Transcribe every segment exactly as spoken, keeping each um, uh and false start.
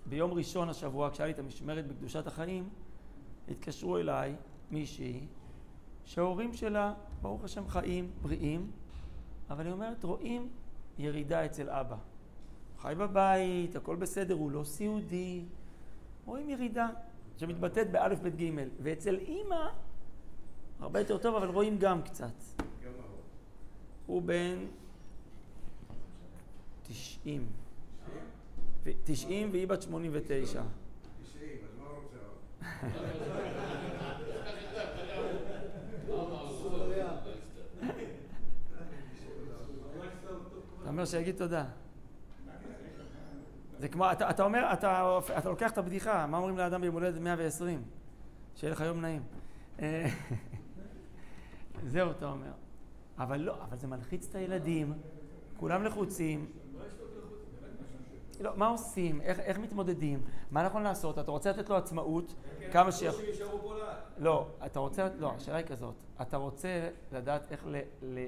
ביום ראשון השבוע, כשהיה לי את המשמרת בקדושת החיים, התקשרו אליי מישהי שההורים שלה, ברוך השם, חיים, בריאים, אבל היא אומרת, רואים ירידה אצל אבא. חי בבית, הכל בסדר, הוא לא סיעודי. רואים ירידה שמתבטאת באלף בית ג' ואצל אמא הרבה יותר טוב, אבל רואים גם קצת. הוא בן תשעים. תשעים והיא בת שמונים ותשע. תשעים, אז מה רוצה? אתה אומר שיגיד תודה. זה כמו, אתה, אתה אומר, אתה, אתה לוקח את הבדיחה, מה אומרים לאדם ביום הולדת מאה ועשרים? שיהיה לך יום נעים. זהו, אתה אומר. אבל לא, אבל זה מלחיץ את הילדים, כולם לחוצים. לא, מה עושים? איך, איך מתמודדים? מה נכון לעשות? אתה רוצה לתת לו עצמאות? כמה ש... לא, אתה רוצה... לא, השאלה היא כזאת. אתה רוצה לדעת איך ל... ל...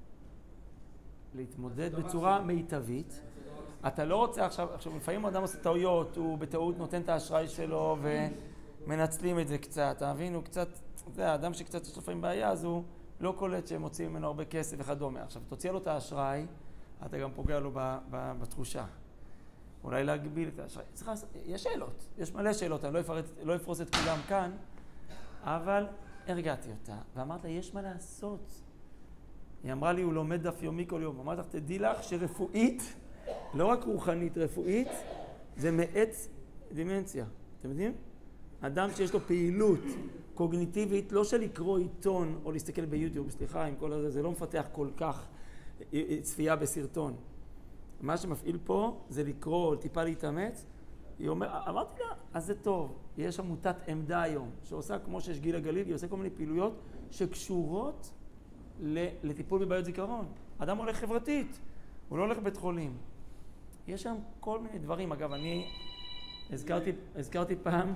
להתמודד בצורה מיטבית. אתה לא רוצה עכשיו... עכשיו, לפעמים אדם עושה טעויות, הוא בטעות נותן את האשראי שלו ומנצלים את זה קצת. אתה מבין? הוא קצת... זה האדם שקצת יש לפעמים בעיה, אז הוא לא קולט שהם מוצאים ממנו הרבה כסף וכדומה. עכשיו, תוציא לו את האשראי, אתה גם פוגע לו ב... ב... בתחושה. אולי להגביל את האשראי. יש שאלות, יש מלא שאלות, אני לא אפרט, לא אפרוס את כולם כאן, אבל הרגעתי אותה, ואמרת לה, יש מה לעשות. היא אמרה לי, הוא לומד דף יומי כל יום. אמרת לך, תדעי לך שרפואית, לא רק רוחנית, רפואית, זה מאץ דימנציה. אתם יודעים? אדם שיש לו פעילות קוגניטיבית, לא של לקרוא עיתון או להסתכל ביוטיוב, סליחה, עם כל הזה, זה לא מפתח כל כך צפייה בסרטון. מה שמפעיל פה זה לקרוא, טיפה להתאמץ. היא אומרת, אמרתי לה, אז זה טוב. יש עמותת עמדה היום, שעושה כמו שיש גיל הגליל, היא עושה כל מיני פעילויות שקשורות לטיפול בבעיות זיכרון. אדם הולך חברתית, הוא לא הולך בית חולים. יש שם כל מיני דברים. אגב, אני הזכרתי, הזכרתי פעם,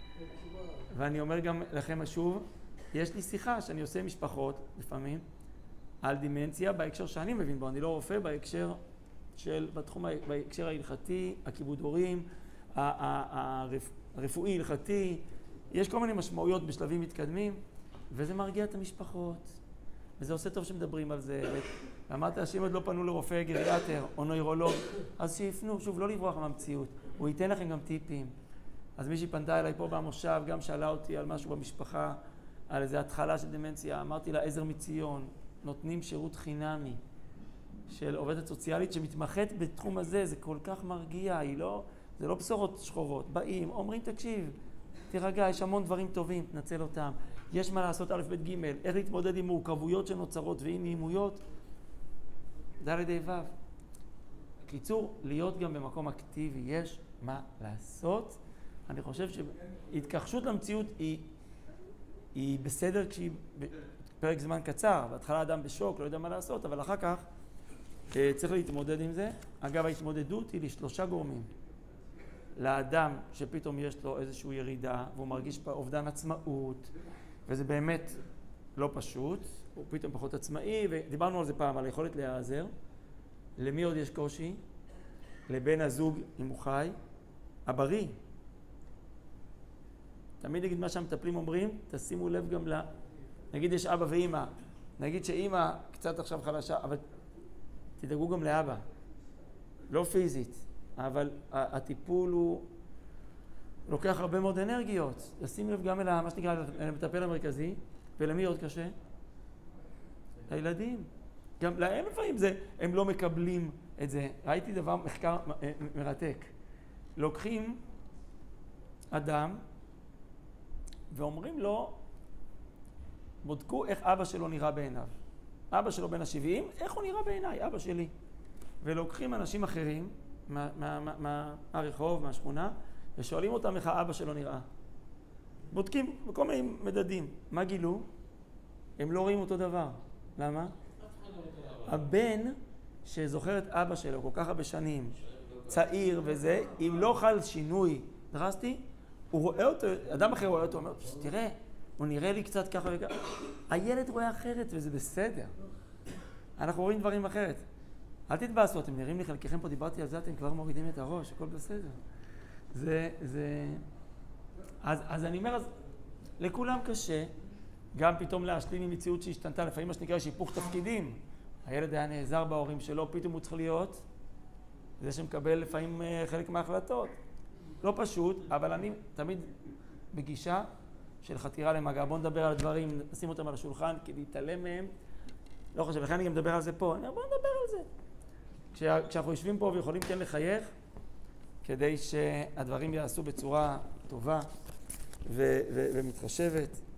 ואני אומר גם לכם שוב, יש לי שיחה שאני עושה עם משפחות, לפעמים, על דימנציה, בהקשר שאני מבין בו, אני לא רופא, בהקשר של, בתחום, בהקשר ההלכתי, הכיבוד הורים, הרפואי, הלכתי, יש כל מיני משמעויות בשלבים מתקדמים, וזה מרגיע את המשפחות, וזה עושה טוב שמדברים על זה. ואמרת, שאם עוד לא פנו לרופא גריאטר או נוירולוג, אז שיפנו, שוב, לא לברוח מהמציאות, הוא ייתן לכם גם טיפים. אז מישהי פנתה אליי פה במושב, גם שאלה אותי על משהו במשפחה, על איזו התחלה של דמנציה, אמרתי לה, עזר מציון, נותנים שירות חינמי של עובדת סוציאלית שמתמחת בתחום הזה, זה כל כך מרגיע, היא לא, זה לא בשורות שחורות, באים, אומרים, תקשיב, תירגע, יש המון דברים טובים, תנצל אותם, יש מה לעשות א' ב' ג', איך להתמודד עם מורכבויות שנוצרות ועם נעימויות, ד' ה' ו'. קיצור, להיות גם במקום אקטיבי, יש מה לעשות. אני חושב שהתכחשות למציאות היא, היא בסדר כשהיא בפרק זמן קצר, בהתחלה אדם בשוק, לא יודע מה לעשות, אבל אחר כך צריך להתמודד עם זה. אגב, ההתמודדות היא לשלושה גורמים. לאדם שפתאום יש לו איזושהי ירידה, והוא מרגיש אובדן עצמאות, וזה באמת לא פשוט, הוא פתאום פחות עצמאי, ודיברנו על זה פעם, על היכולת להיעזר. למי עוד יש קושי? לבן הזוג, אם הוא חי, הבריא. תמיד נגיד מה שהמטפלים אומרים, תשימו לב גם ל... נגיד יש אבא ואמא, נגיד שאמא קצת עכשיו חלשה, אבל תדאגו גם לאבא. לא פיזית, אבל הטיפול הוא לוקח הרבה מאוד אנרגיות. תשים לב גם אל מה שנקרא, למטפל המרכזי, ולמי עוד קשה? הילדים. גם להם לפעמים זה, הם לא מקבלים את זה. ראיתי דבר, מחקר מרתק. לוקחים אדם, ואומרים לו, בודקו איך אבא שלו נראה בעיניו. אבא שלו בן ה-שבעים, איך הוא נראה בעיניי, אבא שלי. ולוקחים אנשים אחרים מהרחוב, מהשכונה, ושואלים אותם איך האבא שלו נראה. בודקים בכל מיני מדדים. מה גילו? הם לא רואים אותו דבר. למה? הבן שזוכר את אבא שלו כל כך הרבה שנים, צעיר וזה, אם לא חל שינוי דרסטי, הוא רואה אותו, אדם אחר רואה אותו, אומר, תראה, הוא נראה לי קצת ככה וככה. הילד רואה אחרת וזה בסדר. אנחנו רואים דברים אחרת. אל תתבאסו, אתם נראים לי חלקכם פה, דיברתי על זה, אתם כבר מורידים את הראש, הכל בסדר. זה, זה... אז, אז אני אומר, אז לכולם קשה, גם פתאום להשלים עם מציאות שהשתנתה, לפעמים מה שנקרא שיפוך תפקידים. הילד היה נעזר בהורים שלו, פתאום הוא צריך להיות זה שמקבל לפעמים חלק מההחלטות. לא פשוט, אבל אני תמיד בגישה של חתירה למגע. בוא נדבר על דברים, נשים אותם על השולחן, כי להתעלם מהם. לא חושב, לכן אני גם מדבר על זה פה. אני אומר, בוא נדבר על זה. כשה, כשאנחנו יושבים פה ויכולים כן לחייך, כדי שהדברים יעשו בצורה טובה ו- ו- ומתחשבת.